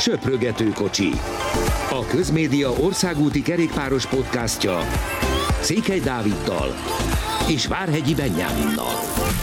Söprögető kocsi. A Közmédia országúti kerékpáros podcastja Székely Dáviddal és Várhegyi Benyáminnal.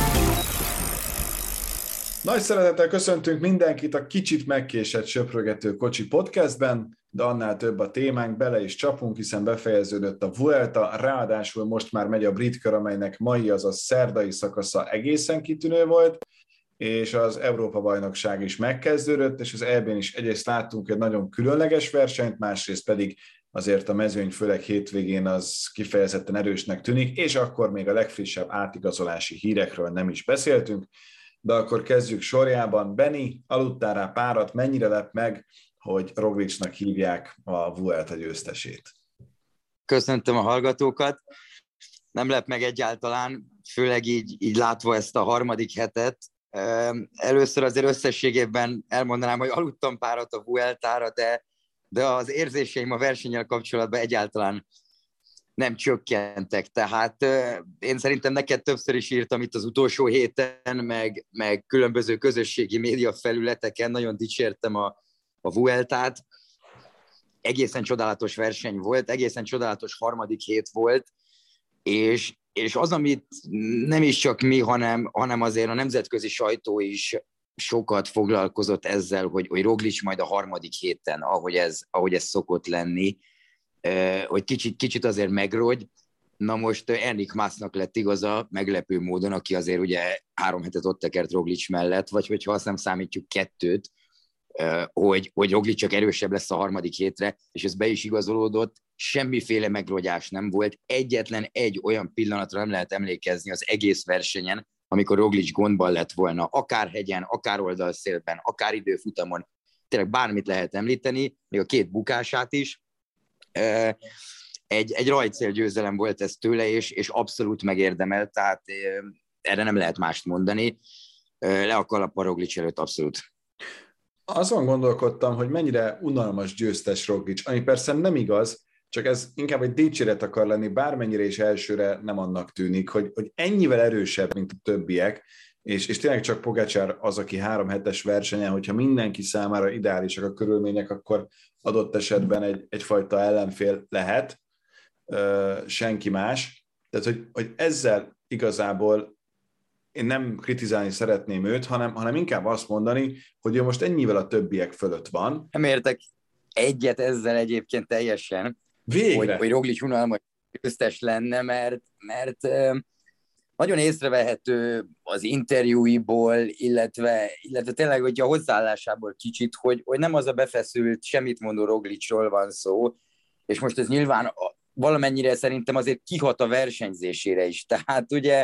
Nagy szeretettel köszöntünk mindenkit a kicsit megkésett Söprögető kocsi podcastben, de annál több a témánk, bele is csapunk, hiszen befejeződött a Vuelta, ráadásul most már megy a brit kör, amelynek mai, azaz szerdai szakasza egészen kitűnő volt, és az Európa-bajnokság is megkezdődött, és az EB-n is egyrészt láttunk egy nagyon különleges versenyt, másrészt pedig azért a mezőny, főleg hétvégén az kifejezetten erősnek tűnik, és akkor még a legfrissebb átigazolási hírekről nem is beszéltünk, de akkor kezdjük sorjában. Beni, aludtál rá párat, mennyire lep meg, hogy Roglicnak hívják a Vuelta győztesét? Köszöntöm a hallgatókat. Nem lep meg egyáltalán, főleg így látva ezt a harmadik hetet. Először azért összességében elmondanám, hogy aludtam párat a Vueltára, de az érzéseim a versennyel kapcsolatban egyáltalán nem csökkentek. Tehát én szerintem neked többször is írtam itt az utolsó héten, meg különböző közösségi média felületeken, nagyon dicsértem a Vueltát. Egészen csodálatos verseny volt, egészen csodálatos harmadik hét volt, és az, amit nem is csak mi, hanem azért a nemzetközi sajtó is sokat foglalkozott ezzel, hogy Roglic majd a harmadik héten, ahogy ez szokott lenni, hogy kicsit azért megrogy. Na most Enric Masnak lett igaza meglepő módon, aki azért ugye 3 hetet ott tekert Roglic mellett, vagy hogyha azt nem számítjuk 2, hogy Roglic csak erősebb lesz a harmadik hétre, és ez be is igazolódott, semmiféle megrogyás nem volt, egyetlen egy olyan pillanatra nem lehet emlékezni az egész versenyen, amikor Roglic gondban lett volna, akár hegyen, akár oldalszélben, akár időfutamon, tényleg bármit lehet említeni, még a 2 bukását is. Egy rajtcél győzelem volt ez tőle, és abszolút megérdemelt, tehát erre nem lehet mást mondani. Le a kalap a Roglic előtt, abszolút. Azon gondolkodtam, hogy mennyire unalmas győztes Roglic, ami persze nem igaz, csak ez inkább egy dicséret akar lenni, bármennyire is elsőre nem annak tűnik, hogy ennyivel erősebb, mint a többiek, és tényleg csak Pogačar az, aki 3 hetes versenyen, hogyha mindenki számára ideálisak a körülmények, akkor adott esetben egyfajta ellenfél lehet, senki más. Tehát, hogy ezzel igazából én nem kritizálni szeretném őt, hanem inkább azt mondani, hogy ő most ennyivel a többiek fölött van. Nem értek egyet ezzel egyébként teljesen, hogy Roglic unalmas győztes lenne, mert nagyon észrevehető az interjúiból, illetve tényleg, hogy a hozzáállásából kicsit, hogy nem az a befeszült, semmit mondó Roglicról van szó, és most ez nyilván valamennyire szerintem azért kihat a versenyzésére is. Tehát ugye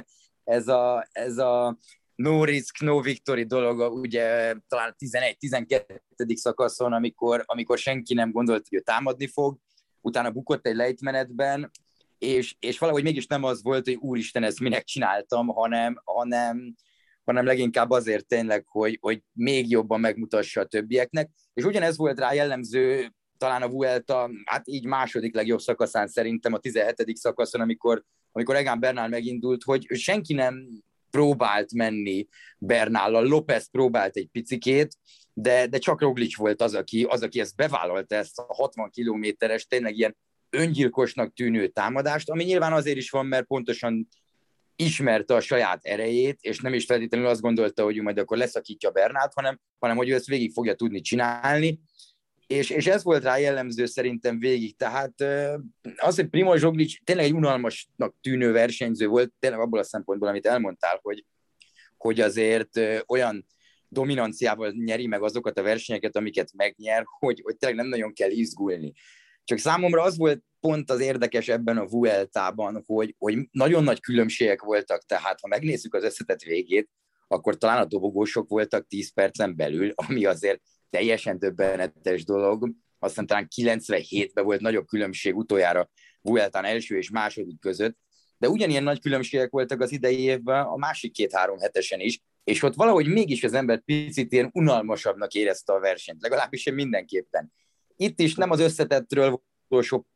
ez a no risk, no victory dolog, ugye talán 11-12. szakaszon, amikor senki nem gondolt, hogy ő támadni fog, utána bukott egy lejtmenetben, és valahogy mégis nem az volt, hogy úristen, ezt minek csináltam, hanem leginkább azért tényleg, hogy még jobban megmutassa a többieknek. És ugyanez volt rá jellemző talán a Vuelta, hát így második legjobb szakaszán szerintem a 17. szakaszon, amikor Egan Bernal megindult, hogy senki nem próbált menni Bernállal, López próbált egy picikét, de csak Roglic volt az, aki ezt bevállalta, ezt a 60 kilométeres, tényleg ilyen öngyilkosnak tűnő támadást, ami nyilván azért is van, mert pontosan ismerte a saját erejét, és nem is feltétlenül azt gondolta, hogy ő majd akkor leszakítja Bernált, hanem hogy ő ezt végig fogja tudni csinálni, és ez volt rá jellemző szerintem végig. Tehát az, hogy Primož Roglic tényleg egy unalmasnak tűnő versenyző volt, tényleg abból a szempontból, amit elmondtál, hogy azért olyan dominanciával nyeri meg azokat a versenyeket, amiket megnyer, hogy tényleg nem nagyon kell izgulni. Csak számomra az volt pont az érdekes ebben a Vueltában, hogy nagyon nagy különbségek voltak, tehát ha megnézzük az összetett végét, akkor talán a dobogósok voltak 10 percen belül, ami azért teljesen döbbenetes dolog. Aztán talán 97-ben volt nagyobb különbség utoljára Vueltán első és második között, de ugyanilyen nagy különbségek voltak az idei évben a másik 2-3 hetesen is, és ott valahogy mégis az ember picit ilyen unalmasabbnak érezte a versenyt, legalábbis én mindenképpen. Itt is nem az összetettről utolsó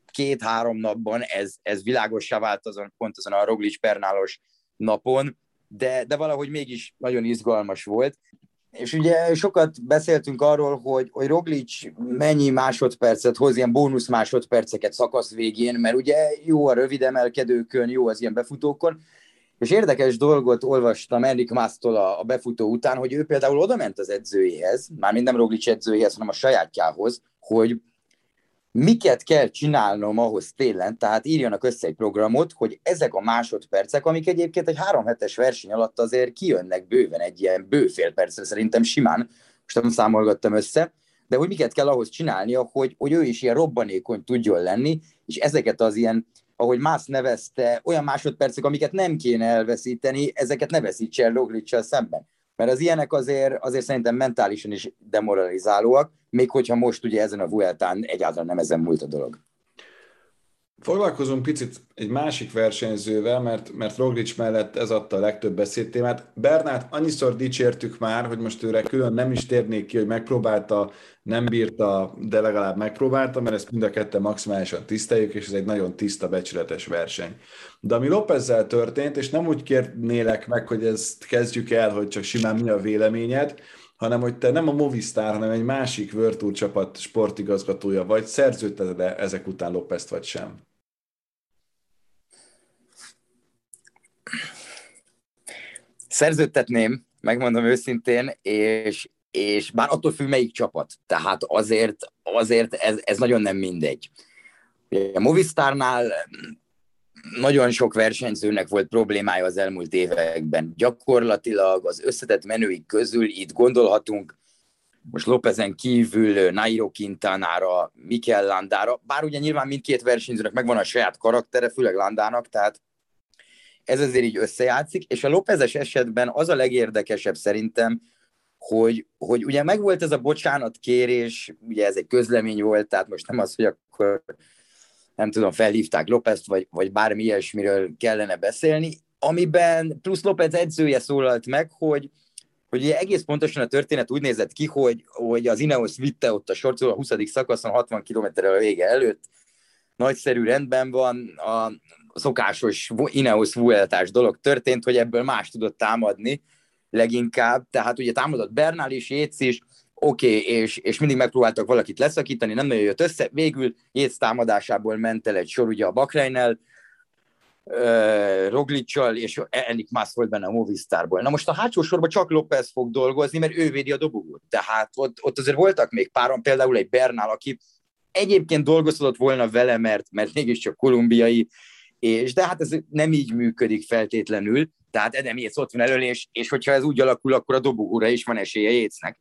2-3 napban, ez világossá vált pont azon a Roglic Bernálos napon, de valahogy mégis nagyon izgalmas volt. és ugye sokat beszéltünk arról, hogy Roglic mennyi másodpercet hoz, ilyen bónusz másodperceket szakasz végén, mert ugye jó a rövid emelkedőkön, jó az ilyen befutókon, és érdekes dolgot olvastam Enric Mas-tól a befutó után, hogy ő például odament az edzőjéhez, mármint nem Roglic edzőjéhez, hanem a sajátjához, hogy miket kell csinálnom ahhoz télen, tehát írjanak össze egy programot, hogy ezek a másodpercek, amik egyébként egy 3 hetes verseny alatt azért kijönnek bőven egy ilyen fél percre szerintem simán, most nem számolgattam össze, de hogy miket kell ahhoz csinálnia, hogy ő is ilyen robbanékony tudjon lenni, és ezeket az ilyen, ahogy Mász nevezte, olyan másodpercek, amiket nem kéne elveszíteni, ezeket ne veszítse el Roglic-sal szemben. Mert az ilyenek azért szerintem mentálisan is demoralizálóak, még hogyha most ugye ezen a Vueltán egyáltalán nem ezen múlt a dolog. Foglalkozunk picit egy másik versenyzővel, mert Roglic mellett ez adta a legtöbb beszédtémát. Bernát annyiszor dicsértük már, hogy most őre külön nem is térnék ki, hogy megpróbálta, nem bírta, de legalább megpróbálta, mert ezt mind a ketten maximálisan tiszteljük, és ez egy nagyon tiszta, becsületes verseny. De ami Lópezzel történt, és nem úgy kérnélek meg, hogy ezt kezdjük el, hogy csak simán mi a véleményed, hanem hogy te nem a Movistar, hanem egy másik World Tour csapat sportigazgatója vagy, szerződteted-e ezek után Lópezt vagy sem? Szerződtetném, megmondom őszintén, és bár attól függ, melyik csapat. Tehát azért ez nagyon nem mindegy. A Movistarnál nagyon sok versenyzőnek volt problémája az elmúlt években. Gyakorlatilag az összetett menőik közül itt gondolhatunk most Lópezen kívül Nairo Quintanára, Mikel Landára, bár ugye nyilván mindkét versenyzőnek megvan a saját karaktere, főleg Landának, tehát ez azért így összejátszik, és a Lópezes esetben az a legérdekesebb szerintem, hogy ugye megvolt ez a bocsánatkérés, ugye ez egy közlemény volt, tehát most nem az, hogy akkor nem tudom, felhívták Lópezt, vagy bármi ilyesmiről kellene beszélni, amiben plusz López edzője szólalt meg, hogy ugye egész pontosan a történet úgy nézett ki, hogy az Ineos vitte ott a sort, a 20. szakaszon 60 kilométerrel a vége előtt, nagyszerű rendben van, a szokásos Ineos Vueltás dolog történt, hogy ebből más tudott támadni leginkább, tehát ugye támadott Bernal is, Yates is, oké, és mindig megpróbáltak valakit leszakítani, nem nagyon jött össze, végül Yates támadásából ment el egy sor ugye a Bahreinnel, Roglic-sal, és Enric Mas volt benne a Movistarból. Na most a hátsó sorban csak López fog dolgozni, mert ő védi a dobogót. Tehát ott azért voltak még páran, például egy Bernal, aki egyébként dolgozhatott volna vele, mert mégiscsak kolumbiai, de hát ez nem így működik feltétlenül, tehát Adam Yates ott van elől, és hogyha ez úgy alakul, akkor a dobogóra is van esélye Yatesnek.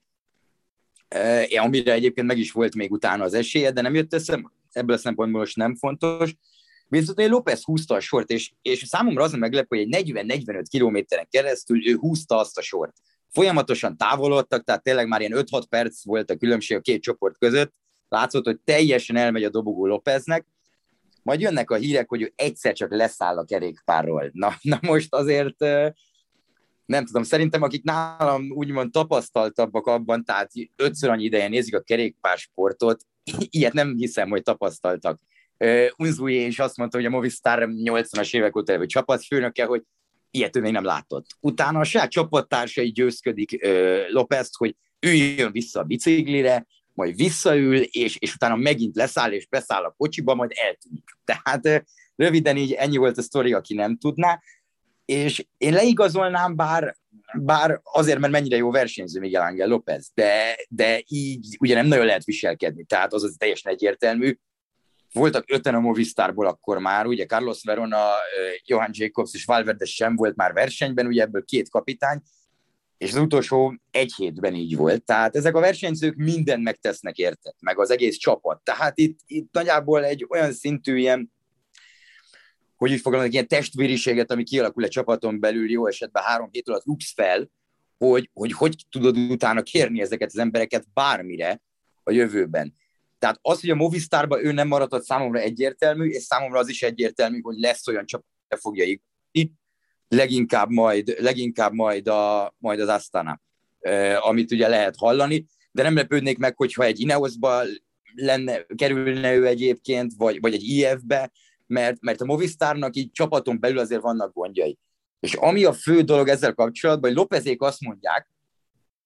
Amire egyébként meg is volt még utána az esélye, de nem jött össze, ebből a szempontból most nem fontos. Viszont López húzta a sort, és számomra az a meglepő, hogy egy 40-45 kilométeren keresztül ő húzta azt a sort. Folyamatosan távolodtak, tehát tényleg már ilyen 5-6 perc volt a különbség a két csoport között, látszott, hogy teljesen elmegy a dobogó Lópeznek, majd jönnek a hírek, hogy ő egyszer csak leszáll a kerékpárról. Na most azért nem tudom, szerintem akik nálam úgymond tapasztaltabbak abban, tehát 5-ször annyi ideje nézik a kerékpársportot, ilyet nem hiszem, hogy tapasztaltak. Unzué is azt mondta, hogy a Movistar 80-as évek óta levő csapatfőnöke, hogy ilyet ő még nem látott. Utána a saját csapattársai győzködik Lópezt, hogy üljön vissza a biciklire, majd visszaül, és utána megint leszáll, és beszáll a kocsiba, majd eltűnik. Tehát röviden így ennyi volt a sztori, aki nem tudná, és én leigazolnám, bár azért, mert mennyire jó versenyző Miguel Ángel López, de így ugye nem nagyon lehet viselkedni, tehát az teljesen egyértelmű. Voltak 5-en a Movistarból akkor már, ugye Carlos Verona, Johan Jacobs és Valverde sem volt már versenyben, ugye ebből 2 kapitány, és az utolsó 1 hétben így volt. Tehát ezek a versenyzők mindent megtesznek érted, meg az egész csapat. Tehát itt nagyjából egy olyan szintű ilyen, hogy úgy fogalmazok, ilyen testvériséget, ami kialakul a csapaton belül, jó esetben 3 hét alatt rúgsz fel, hogy tudod utána kérni ezeket az embereket bármire a jövőben. Tehát az, hogy a Movistarban ő nem maradhat, számomra egyértelmű, és számomra az is egyértelmű, hogy lesz olyan csapat, hogy fogja itt, leginkább majd az Astana, amit ugye lehet hallani, de nem lepődnék meg, hogyha egy Ineosba kerülne ő egyébként, vagy egy IF-be, mert a Movistarnak így csapaton belül azért vannak gondjai. És ami a fő dolog ezzel kapcsolatban, hogy Lópezék azt mondják,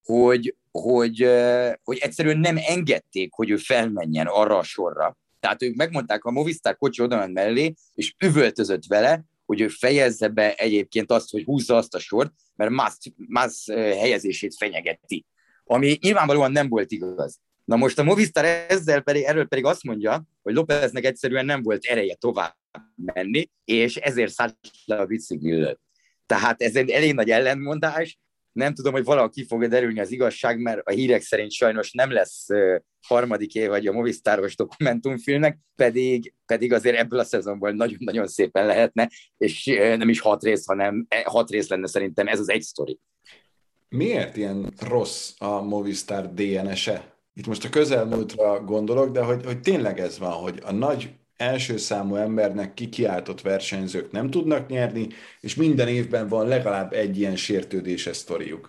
hogy egyszerűen nem engedték, hogy ő felmenjen arra a sorra. Tehát ők megmondták, a Movistar kocsi odament mellé, és üvöltözött vele, hogy ő fejezze be egyébként azt, hogy húzza azt a sort, mert Mas helyezését fenyegeti. Ami nyilvánvalóan nem volt igaz. Na most a Movistar erről pedig azt mondja, hogy Lópeznek egyszerűen nem volt ereje tovább menni, és ezért szállt le a bicikliről. Tehát ez egy elég nagy ellentmondás. Nem tudom, hogy valaki fog derülni az igazság, mert a hírek szerint sajnos nem lesz harmadik év, vagy a Movistaros dokumentumfilmnek, pedig azért ebből a szezonból nagyon-nagyon szépen lehetne, és nem is 6 rész, hanem 6 rész lenne szerintem ez az egy sztori. Miért ilyen rossz a Movistar DNS-e? Itt most a közelmúltra gondolok, de hogy tényleg ez van, hogy a nagy első számú embernek kikiáltott versenyzők nem tudnak nyerni, és minden évben van legalább egy ilyen sértődéses sztoriuk.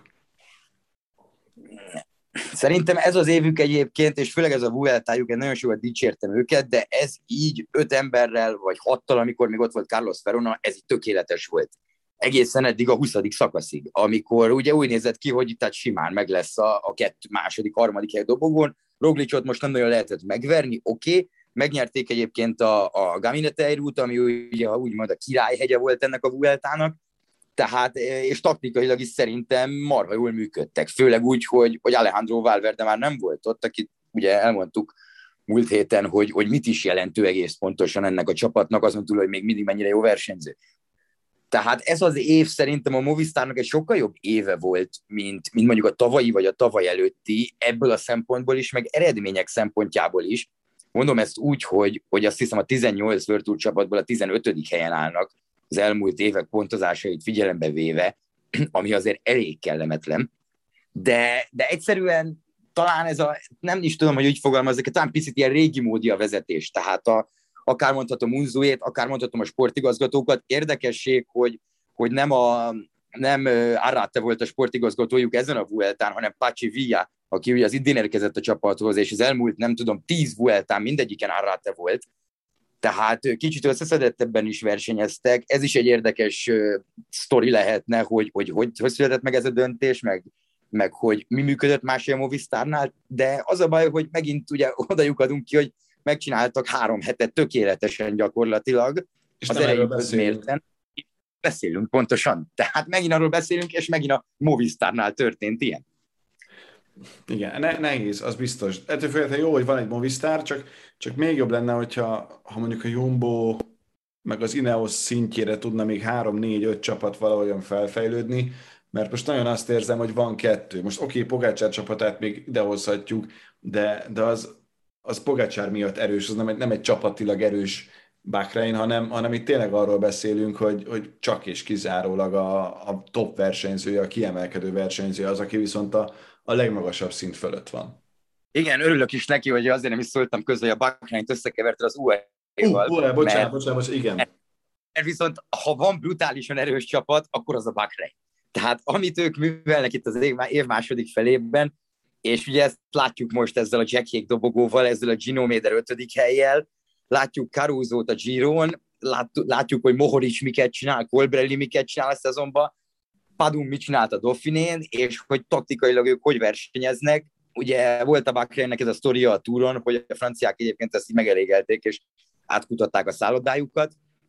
Szerintem ez az évük egyébként, és főleg ez a Vueltájuk, én nagyon sokat dicsértem őket, de ez így 5 emberrel, vagy 6-tal, amikor még ott volt Carlos Verona, ez így tökéletes volt. Egészen eddig a 20. szakaszig, amikor ugye úgy nézett ki, hogy tehát simán meg lesz a második, harmadik hely dobogón. Roglicot most nem nagyon lehetett megverni, oké. Megnyerték egyébként a Gamineteirót, ami ugye úgymond a királyhegye volt ennek a Vueltának, tehát, és taktikailag is szerintem marha jól működtek, főleg úgy, hogy Alejandro Valverde már nem volt ott, akit ugye elmondtuk múlt héten, hogy mit is jelentő egész pontosan ennek a csapatnak, azon túl, hogy még mindig mennyire jó versenyző. Tehát ez az év szerintem a Movistarnak egy sokkal jobb éve volt, mint mondjuk a tavalyi vagy a tavaly előtti, ebből a szempontból is, meg eredmények szempontjából is. Mondom ezt úgy, hogy azt hiszem a 18 World Tour csapatból a 15. helyen állnak az elmúlt évek pontozásait figyelembe véve, ami azért elég kellemetlen. De egyszerűen talán ez nem is tudom, hogy úgy fogalmazzak, talán picit ilyen régi módi a vezetés. Tehát akár mondhatom Unzuét, akár mondhatom a sportigazgatókat. Érdekesség, hogy nem Arrate volt a sportigazgatójuk ezen a Vueltán, hanem Pachi Villa, aki ugye az idén érkezett a csapathoz, és az elmúlt, nem tudom, 10 Vueltán mindegyiken Arrate volt. Tehát kicsit összeszedettebben is versenyeztek. Ez is egy érdekes sztori lehetne, hogy született meg ez a döntés, meg hogy mi működött másfél Movistarnál, de az a baj, hogy megint ugye oda lyukadunk ki, hogy megcsináltak 3 hetet tökéletesen gyakorlatilag, és az erejükhöz mérten. Beszélünk pontosan. Tehát megint arról beszélünk, és megint a Movistarnál történt ilyen. Igen, nehéz, az biztos. Ettől függetlenül jó, hogy van egy Movistar, csak még jobb lenne, hogyha mondjuk a Jumbo meg az Ineos szintjére tudna még 3-4-5 csapat valahogyan felfejlődni, mert most nagyon azt érzem, hogy van 2. Most oké, Pogačar csapatát még idehozhatjuk, de az Pogačar miatt erős, az nem egy csapatilag erős Bahrein, hanem itt tényleg arról beszélünk, hogy csak és kizárólag a top versenyzője, a kiemelkedő versenyzője az, aki viszont a legmagasabb szint fölött van. Igen, örülök is neki, hogy azért nem is szóltam közben, hogy a Bahreint összekeverte az UAE-val. Bocsánat, igen. Mert viszont, ha van brutálisan erős csapat, akkor az a Bahrein. Tehát amit ők művelnek itt az év második felében, és ugye ezt látjuk most ezzel a Jack Hague dobogóval, ezzel a Gino Mäder 5. hellyel, látjuk Caruzót a Giron, látjuk, hogy Mohoric miket csinál, Colbrelli miket csinál a szezonban, Padun mit csinált a Dauphinén, és hogy taktikailag ők hogy versenyeznek. Ugye volt a Bakreinnek ez a sztoria a túron, hogy a franciák egyébként ezt így megelégelték, és átkutatták a szállodájukat.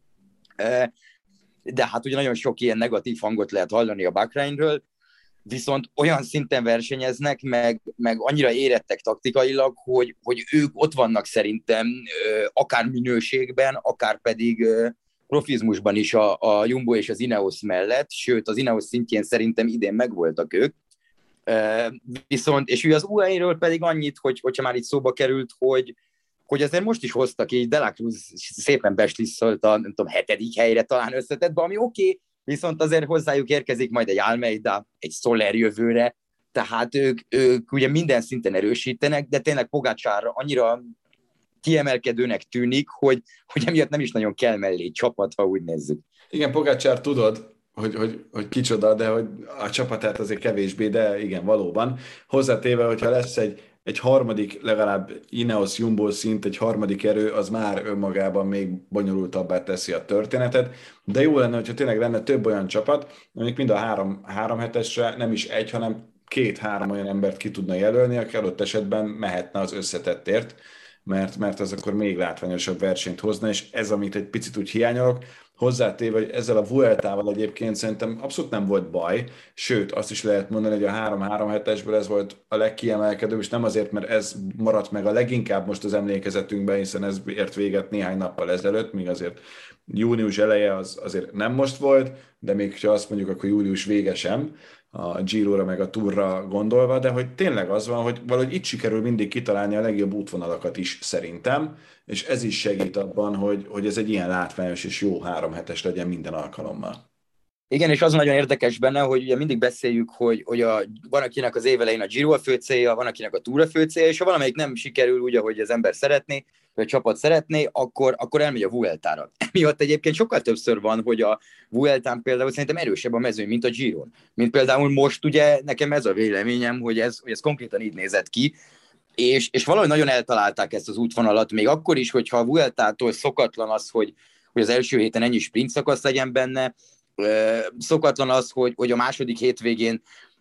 De hát ugye nagyon sok ilyen negatív hangot lehet hallani a Bakreinről, viszont olyan szinten versenyeznek, meg annyira érettek taktikailag, hogy ők ott vannak szerintem akár minőségben, akár pedig profizmusban is a Jumbo és az Ineos mellett, sőt az Ineos szintjén szerintem idén megvoltak ők. Viszont, és ugye az UAE-ről pedig annyit, hogyha már itt szóba került, hogy azért most is hoztak így, De La Cruz szépen besliszolt a, nem tudom, 7. helyre talán összetettbe, ami oké, viszont azért hozzájuk érkezik majd egy Almeida, egy Soler jövőre, tehát ők ugye minden szinten erősítenek, de tényleg Pogačar annyira kiemelkedőnek tűnik, hogy emiatt nem is nagyon kell mellé csapat, ha úgy nézzük. Igen, Pogačar tudod, hogy kicsoda, de hogy a csapatát azért kevésbé, de igen, valóban. Hozzátéve, hogyha lesz egy harmadik, legalább Ineos Jumbo szint, egy harmadik erő, az már önmagában még bonyolultabbá teszi a történetet, de jó lenne, hogyha tényleg lenne több olyan csapat, amik mind a három hetesre nem is egy, hanem 2-3 olyan embert ki tudna jelölni, aki adott esetben mehetne az összetettért, mert az akkor még látványosabb versenyt hozna, és ez, amit egy picit úgy hiányolok, hozzátéve, hogy ezzel a Vueltával egyébként szerintem abszolút nem volt baj, sőt, azt is lehet mondani, hogy a 3-3-7-esből ez volt a legkiemelkedőbb, és nem azért, mert ez maradt meg a leginkább most az emlékezetünkben, hiszen ez ért véget néhány nappal ezelőtt, míg azért június eleje az azért nem most volt, de még ha azt mondjuk, akkor július vége sem, a Giro-ra meg a Tourra gondolva, de hogy tényleg az van, hogy valahogy itt sikerül mindig kitalálni a legjobb útvonalakat is szerintem, és ez is segít abban, hogy ez egy ilyen látványos és jó 3 hetes legyen minden alkalommal. Igen, és az nagyon érdekes benne, hogy ugye mindig beszéljük, hogy van akinek az évelején a Giro a fő célja, van akinek a Tour a fő célja, és ha valamelyik nem sikerül úgy, ahogy az ember szeretné, vagy a csapat szeretné, akkor elmegy a Vueltára. Miatt egyébként sokkal többször van, hogy a Vueltán például szerintem erősebb a mezőny, mint a Giron. Mint például most ugye nekem ez a véleményem, hogy ez konkrétan így nézett ki, és valahogy nagyon eltalálták ezt az útvonalat, még akkor is, hogyha a Vueltától szokatlan az, hogy az első héten ennyi sprint szakasz legyen benne, szokatlan az, hogy a második hétvégén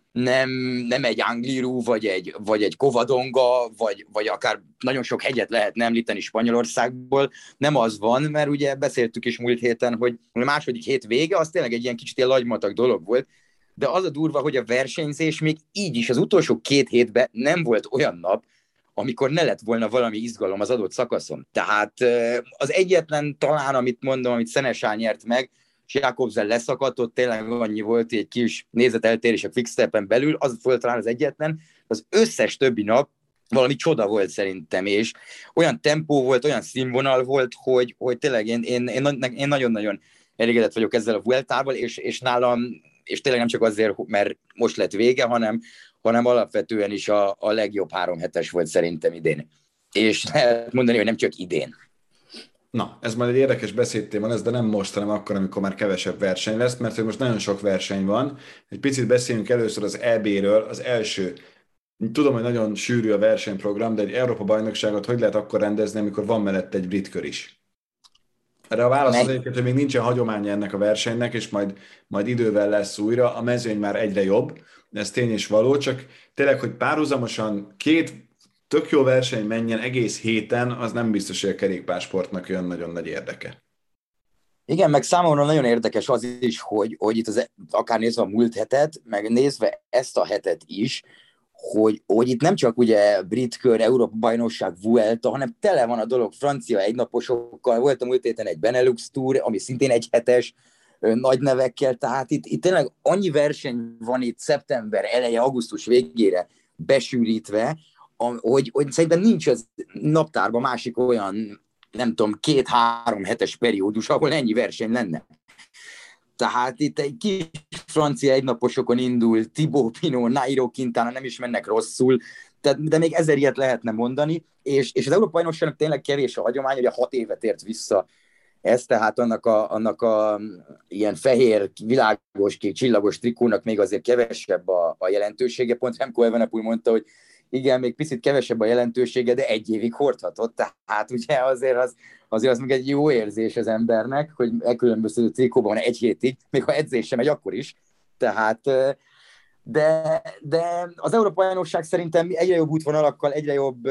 nem egy Angliru, vagy egy Covadonga, vagy akár nagyon sok hegyet lehetne említeni Spanyolországból. Nem az van, mert ugye beszéltük is múlt héten, hogy a második hét vége, az tényleg egy ilyen kicsit ilyen lagymatag dolog volt, de az a durva, hogy a versenyzés még így is az utolsó 2 hétben nem volt olyan nap, amikor ne lett volna valami izgalom az adott szakaszon. Tehát az egyetlen talán, amit mondom, amit Szenesán nyert meg, és Jakobsen leszakadott, tényleg annyi volt, egy kis nézeteltérés a Quickstepen belül, az volt talán az egyetlen, az összes többi nap valami csoda volt szerintem, és olyan tempó volt, olyan színvonal volt, hogy tényleg én nagyon-nagyon elégedett vagyok ezzel a Vueltával, és nálam, és tényleg nem csak azért, mert most lett vége, hanem alapvetően is a legjobb 3 hetes volt szerintem idén. És lehet mondani, hogy nem csak idén. Na, ez majd egy érdekes beszédtéma lesz, de nem most, hanem akkor, amikor már kevesebb verseny lesz, mert hogy most nagyon sok verseny van. Egy picit beszéljünk először az EB-ről, az első. Tudom, hogy nagyon sűrű a versenyprogram, de egy Európa-bajnokságot hogy lehet akkor rendezni, amikor van mellett egy brit kör is? Erre a válasz az egyébként, hogy még nincsen hagyománya ennek a versenynek, és majd idővel lesz újra. A mezőny már egyre jobb, ez tény és való, csak tényleg, hogy párhuzamosan 2 tök jó verseny menjen egész héten, az nem biztos, hogy a kerékpársportnak olyan nagyon nagy érdeke. Igen, meg számomra nagyon érdekes az is, hogy itt akár nézve a múlt hetet, meg nézve ezt a hetet is, hogy itt nem csak ugye brit kör, Európa-bajnokság, Vuelta, hanem tele van a dolog francia egynaposokkal. Volt a múlt héten egy Benelux Tour, ami szintén egy hetes, nagy nevekkel, tehát itt tényleg annyi verseny van itt szeptember eleje, augusztus végére besűrítve, hogy szerintem nincs az naptárban másik olyan, nem tudom, 2-3 hetes periódus, ahol ennyi verseny lenne. Tehát itt egy kis francia egynaposokon indul, Thibaut Pinot, Nairo Quintana nem is mennek rosszul, de még 1000 ilyet lehetne mondani, és az Európa-bajnokságnak tényleg kevés a hagyomány, hogy a 6 évet ért vissza ez, tehát annak a ilyen fehér, világos, kék, csillagos trikónak még azért kevesebb a jelentősége. Pont Remco Evenepoel mondta, hogy igen, még picit kevesebb a jelentősége, de 1 évig hordhatott. Tehát ugye azért az még egy jó érzés az embernek, hogy elkülönböztető trikóban van 1 hétig, még ha edzés sem megy, akkor is. Tehát, de az Európa-bajnokság szerintem egyre jobb útvonalakkal, egyre jobb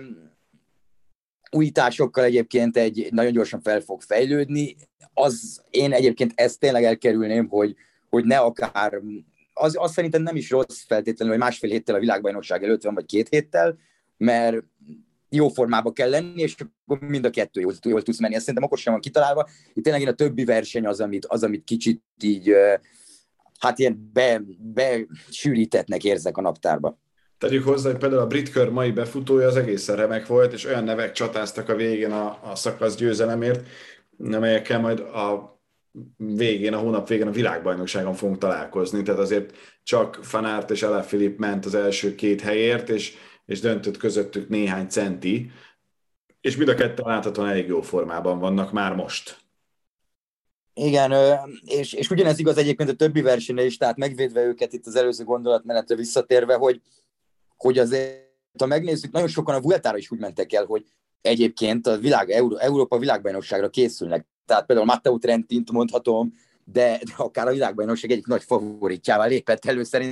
újításokkal egyébként nagyon gyorsan fel fog fejlődni. Én egyébként ezt tényleg elkerülném, hogy ne akár, az szerintem nem is rossz feltétlenül, hogy 1,5 héttel a világbajnokság előtt van, vagy 2 héttel, mert jó formában kell lenni, és akkor mind a 2 jól tudsz menni. Ezt szerintem akkor sem van kitalálva. Itt tényleg a többi verseny az, amit kicsit így, hát ilyen besűrítettnek érzek a naptárba. Tegyük hozzá, hogy például a brit kör mai befutója az egészen remek volt, és olyan nevek csatáztak a végén a szakasz győzelemért, amelyekkel majd a hónap végén a világbajnokságon fogunk találkozni. Tehát azért csak Van Aert és Alaphilippe ment az első 2 helyért, és döntött közöttük néhány centi, és mind a ketten láthatóan elég jó formában vannak már most. Igen, és ugyanez igaz egyébként a többi versenyre is, tehát megvédve őket itt az előző gondolatmenetre visszatérve, hogy azért, ha megnézzük, nagyon sokan a Vueltára is úgy mentek el, hogy egyébként a Európa világbajnokságra készülnek. Tehát például Matteo Trentint mondhatom, de akár a világbajnokság egyik nagy favoritjával lépett elő szerintem,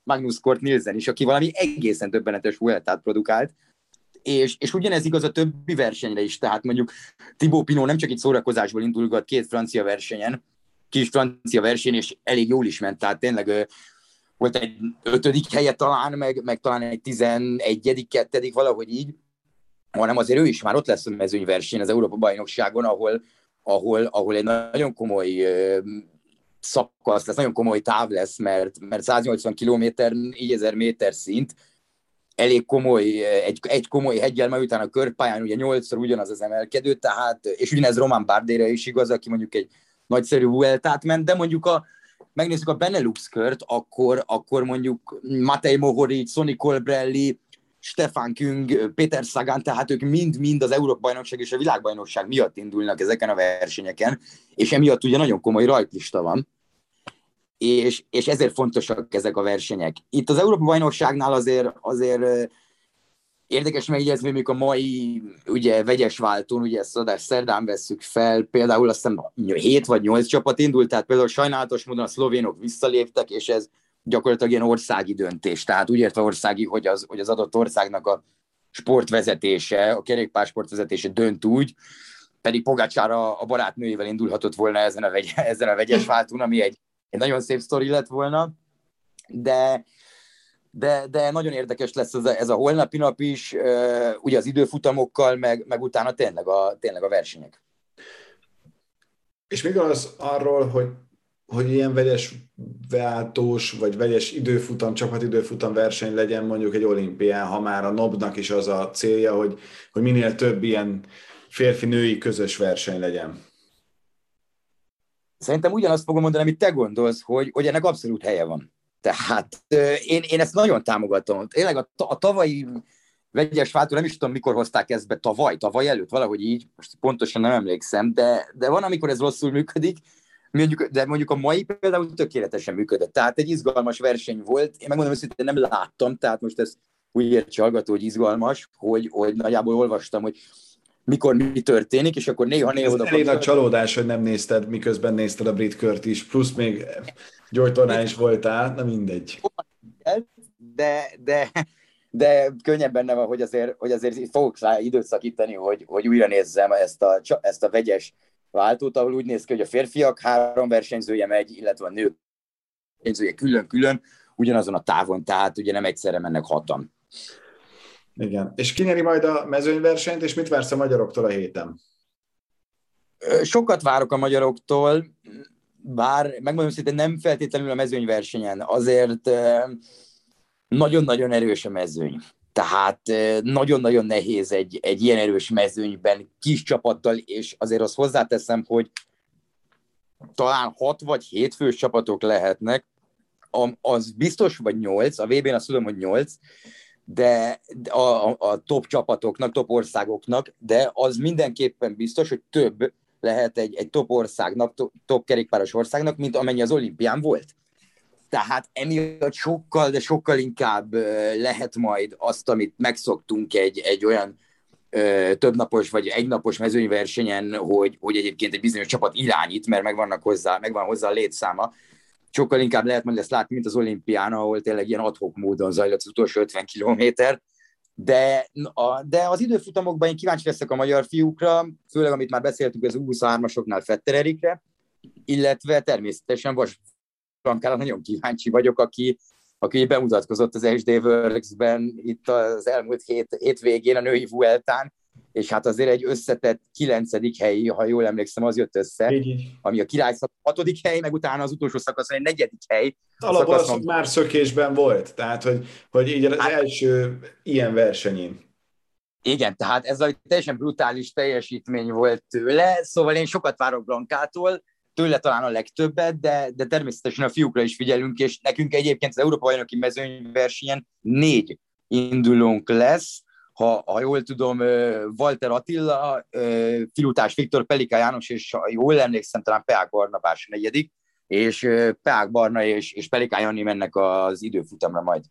Magnus Cort Nielsen is, aki valami egészen döbbenetes Vueltát produkált, és ugyanez igaz a többi versenyre is, tehát mondjuk Thibaut Pinot nem csak itt szórakozásból indulgat 2 francia versenyen, kis francia verseny, és elég jól is ment, tehát tényleg volt egy 5. helye talán, meg talán egy 11., 2., valahogy így, hanem azért ő is már ott lesz a mezőnyverseny az Európa-bajnokságon, ahol egy nagyon komoly szakasz lesz, nagyon komoly táv lesz, mert 180 kilométer, 4000 méter szint, elég komoly, egy komoly heggyel, majd utána a körpályán ugye 8-szor ugyanaz az emelkedő, tehát, és ugyanez Romain Bardére is igaz, aki mondjuk egy nagyszerű Vueltát ment, de mondjuk megnézzük a Benelux kört, akkor mondjuk Matej Mohoric, Sonny Colbrelli, Stefan Küng, Peter Sagan, tehát ők mind az Európa-bajnokság és a világbajnokság miatt indulnak ezeken a versenyeken, és emiatt ugye nagyon komoly rajtlista van, és ezért fontosak ezek a versenyek. Itt az Európa-bajnokságnál azért érdekes megjegyezni, hogy a mai ugye, vegyes váltón, ugye ezt adást szerdán vesszük fel, például azt hiszem 7 vagy 8 csapat indult, tehát például sajnálatos módon a szlovénok visszaléptek, és ez gyakorlatilag ilyen országi döntés, tehát úgy értve országi, hogy az adott országnak a sportvezetése, a kerékpársportvezetése dönt úgy, pedig Pogačar a barátnőjével indulhatott volna ezen a vegyes váltón, ami egy nagyon szép sztori lett volna, de nagyon érdekes lesz ez a holnapi nap is, ugye az időfutamokkal, meg utána tényleg a versenyek. És még az arról, hogy ilyen vegyes váltós, vagy vegyes időfutam, csapatidőfutam verseny legyen mondjuk egy olimpián, ha már a NOB-nak is az a célja, hogy minél több ilyen férfi-női közös verseny legyen. Szerintem ugyanazt fogom mondani, amit te gondolsz, hogy ennek abszolút helye van. Tehát én ezt nagyon támogatom. Tényleg a tavalyi vegyes váltó, nem is tudom, mikor hozták ezt be, tavaly előtt, valahogy így, most pontosan nem emlékszem, de van, amikor ez rosszul működik, de mondjuk a mai például tökéletesen működött. Tehát egy izgalmas verseny volt. Én megmondom őszintén, nem láttam, tehát most ez úgy értse hallgató, hogy izgalmas, hogy nagyjából olvastam, hogy mikor mi történik, és akkor néha oda... Elég nagy csalódás, hogy nem nézted, miközben nézted a brit kört is, plusz még gyógytornán is voltál, na mindegy. De könnyebb benne van, hogy azért fogok rá időt szakítani, hogy újra nézzem ezt a vegyes váltót, ahol úgy néz ki, hogy a férfiak 3 versenyzője megy, illetve a nők versenyzője külön-külön, ugyanazon a távon, tehát ugye nem egyszerre mennek 6-an. Igen. És ki nyeri majd a mezőnyversenyt, és mit vársz a magyaroktól a héten? Sokat várok a magyaroktól, bár megmondom szintén nem feltétlenül a mezőnyversenyen, azért nagyon-nagyon erős a mezőny. Tehát nagyon-nagyon nehéz egy ilyen erős mezőnyben kis csapattal, és azért azt hozzáteszem, hogy talán 6 vagy 7 fős csapatok lehetnek, az biztos, vagy 8, a VB-n azt tudom, hogy 8, de a top csapatoknak, top országoknak, de az mindenképpen biztos, hogy több lehet egy top országnak, top kerékpáros országnak, mint amennyi az olimpián volt. Tehát emiatt sokkal, de sokkal inkább lehet majd azt, amit megszoktunk egy olyan többnapos vagy egynapos mezőnyversenyen, hogy egyébként egy bizonyos csapat irányít, mert megvan hozzá a létszáma. Sokkal inkább lehet majd ezt látni, mint az olimpián, ahol tényleg ilyen ad hoc módon zajlott az utolsó 50 kilométer. De az időfutamokban én kíváncsi leszek a magyar fiúkra, főleg amit már beszéltünk az U23-asoknál Fetter Erikre, illetve természetesen Vas Blankára nagyon kíváncsi vagyok, aki bemutatkozott az SD Works-ben itt az elmúlt hétvégén a női Vueltán, és hát azért egy összetett 9. helyi, ha jól emlékszem, az jött össze, ami a királyszak 6. hely, meg utána az utolsó szakaszon egy 4. hely. Alapban már szökésben volt, tehát hogy így az első ilyen versenyén. Igen, tehát ez egy teljesen brutális teljesítmény volt tőle, szóval én sokat várok Blankától, tőle talán a legtöbbet, de természetesen a fiúkra is figyelünk, és nekünk egyébként az Európa-bajnoki mezőnyversenyen 4 indulónk lesz, ha jól tudom, Walter Attila, Filutás Viktor, Pelika János, és ha jól emlékszem, talán Peák Barna Bárs 4., és Peák Barna és Pelika Jani mennek az időfutamra majd.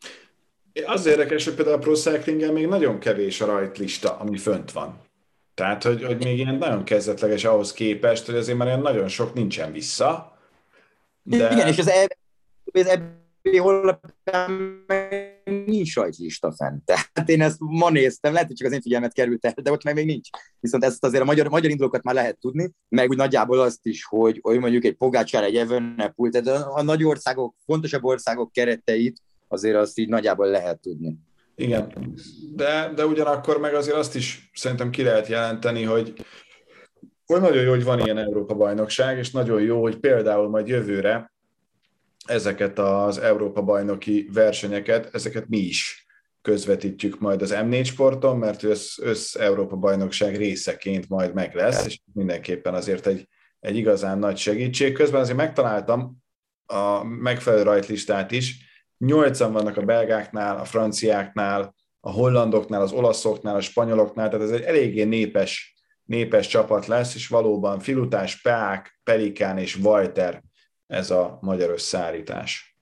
Az érdekes, hogy például a Pro Cyclingen még nagyon kevés a rajtlista, ami fönt van. Tehát, hogy még ilyen nagyon kezdetleges ahhoz képest, hogy azért már nagyon sok nincsen vissza. De... Igen, és az honlapján nincs sajtlista fent. Tehát én ezt ma néztem, lehet, hogy csak az én figyelmet került el, de ott meg még nincs. Viszont ezt azért a magyar indulókat már lehet tudni, meg úgy nagyjából azt is, hogy mondjuk egy Pogačar, egy Evenepoel, tehát a nagy országok, fontosabb országok kereteit azért azt így nagyjából lehet tudni. Igen, de ugyanakkor meg azért azt is szerintem ki lehet jelenteni, hogy nagyon jó, hogy van ilyen Európa-bajnokság, és nagyon jó, hogy például majd jövőre ezeket az Európa-bajnoki versenyeket, ezeket mi is közvetítjük majd az M4 Sporton, mert Európa-bajnokság részeként majd meg lesz, és mindenképpen azért egy igazán nagy segítség. Közben azért megtaláltam a megfelelő rajtlistát is, 8-an vannak a belgáknál, a franciáknál, a hollandoknál, az olaszoknál, a spanyoloknál, tehát ez egy eléggé népes csapat lesz, és valóban Filutás, Peák, Pelikán és Walter ez a magyar összeállítás.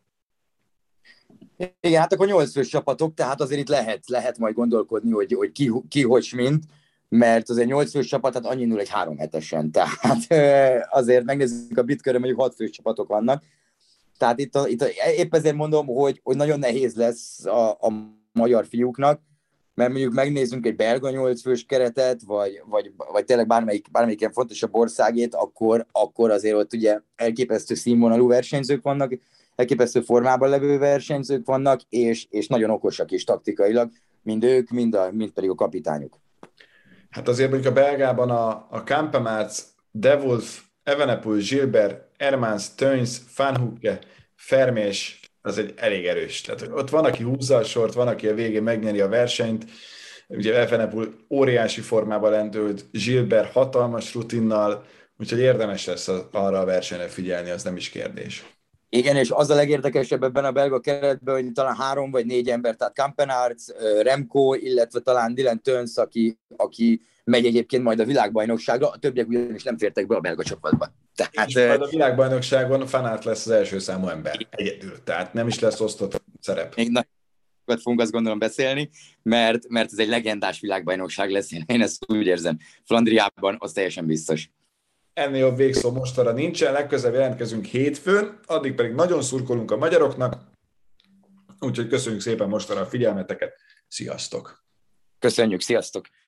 Igen, hát akkor 8 fős csapatok, tehát azért itt lehet majd gondolkodni, hogy ki hogy mint, mert azért 8 fős csapat, tehát annyi indul egy 3 hetesen, tehát azért megnézzük a Brit-körön, mondjuk 6 fős csapatok vannak, tehát itt épp ezért mondom, hogy nagyon nehéz lesz a magyar fiúknak, mert mondjuk megnézzünk egy belga 8 fős keretet, vagy tényleg bármelyik ilyen fontosabb országét, akkor azért ott ugye elképesztő színvonalú versenyzők vannak, elképesztő formában levő versenyzők vannak, és nagyon okosak is taktikailag, mind ők, mind pedig a kapitányuk. Hát azért mondjuk a belgában a Campemarts, De Wolf, Evenepoel, Gilbert, Hermans, Teuns, Van Hoeke, Vermeersch, az egy elég erős. Tehát ott van, aki húzza a sort, van, aki a végén megnyeri a versenyt. Ugye Evenepoel óriási formában lendült, Gilbert hatalmas rutinnal, úgyhogy érdemes lesz arra a versenyre figyelni, az nem is kérdés. Igen, és az a legérdekesebb ebben a belga keretben, hogy talán 3 vagy 4 ember, tehát Campenaerts, Remco, illetve talán Dylan Teuns, aki megy egyébként majd a világbajnokságra, a többiek ugyanis nem fértek be a belga csapatba. Tehát, és majd a világbajnokságon Van Aert lesz az első számú ember egyedül, tehát nem is lesz osztott szerep. Még nagyokat fogunk azt gondolom beszélni, mert ez egy legendás világbajnokság lesz, én ezt úgy érzem. Flandriában az teljesen biztos. Ennél jobb végszó mostanra nincsen, legközelebb jelentkezünk hétfőn, addig pedig nagyon szurkolunk a magyaroknak, úgyhogy köszönjük szépen mostanra a figyelmeteket, sziasztok! Köszönjük, sziasztok!